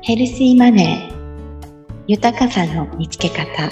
ヘルシーマネー、豊かさの見つけ方。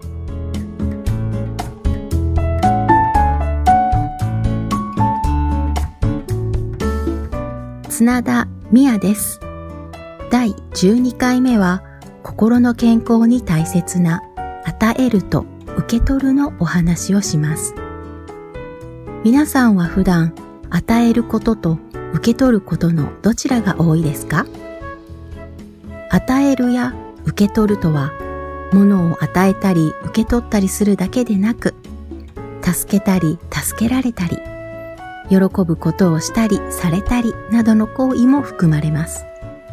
綱田美也です。第12回目は心の健康に大切な与えると受け取るのお話をします。皆さんは普段与えることと受け取ることのどちらが多いですか？与えるや受け取るとは、物を与えたり受け取ったりするだけでなく、助けたり助けられたり、喜ぶことをしたりされたりなどの行為も含まれます。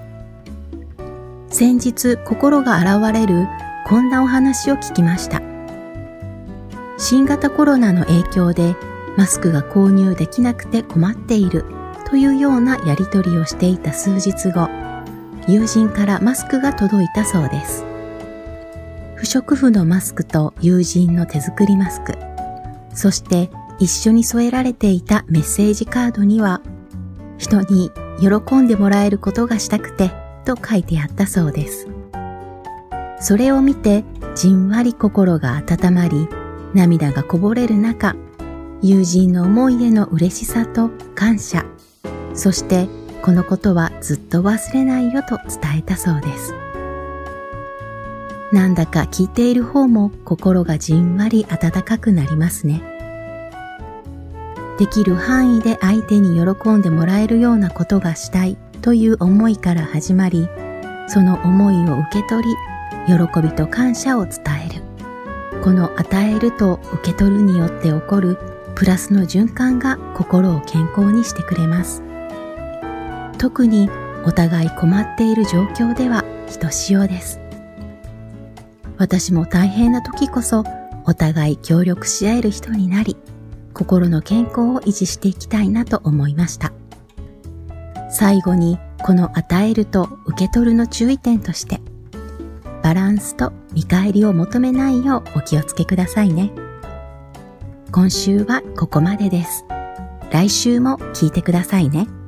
先日心が洗われるこんなお話を聞きました。新型コロナの影響でマスクが購入できなくて困っているというようなやり取りをしていた数日後、友人からマスクが届いたそうです。不織布のマスクと友人の手作りマスク、そして一緒に添えられていたメッセージカードには、人に喜んでもらえることがしたくてと書いてあったそうです。それを見てじんわり心が温まり、涙がこぼれる中、友人の思いへの嬉しさと感謝、そしてこのことはずっと忘れないよと伝えたそうです。なんだか聞いている方も心がじんわり温かくなりますね。できる範囲で相手に喜んでもらえるようなことがしたいという思いから始まり、その思いを受け取り、喜びと感謝を伝える。この与えると受け取るによって起こるプラスの循環が心を健康にしてくれます。特にお互い困っている状況ではひとしおです。私も大変な時こそお互い協力し合える人になり、心の健康を維持していきたいなと思いました。最後にこの与えると受け取るの注意点として、バランスと見返りを求めないようお気をつけくださいね。今週はここまでです。来週も聞いてくださいね。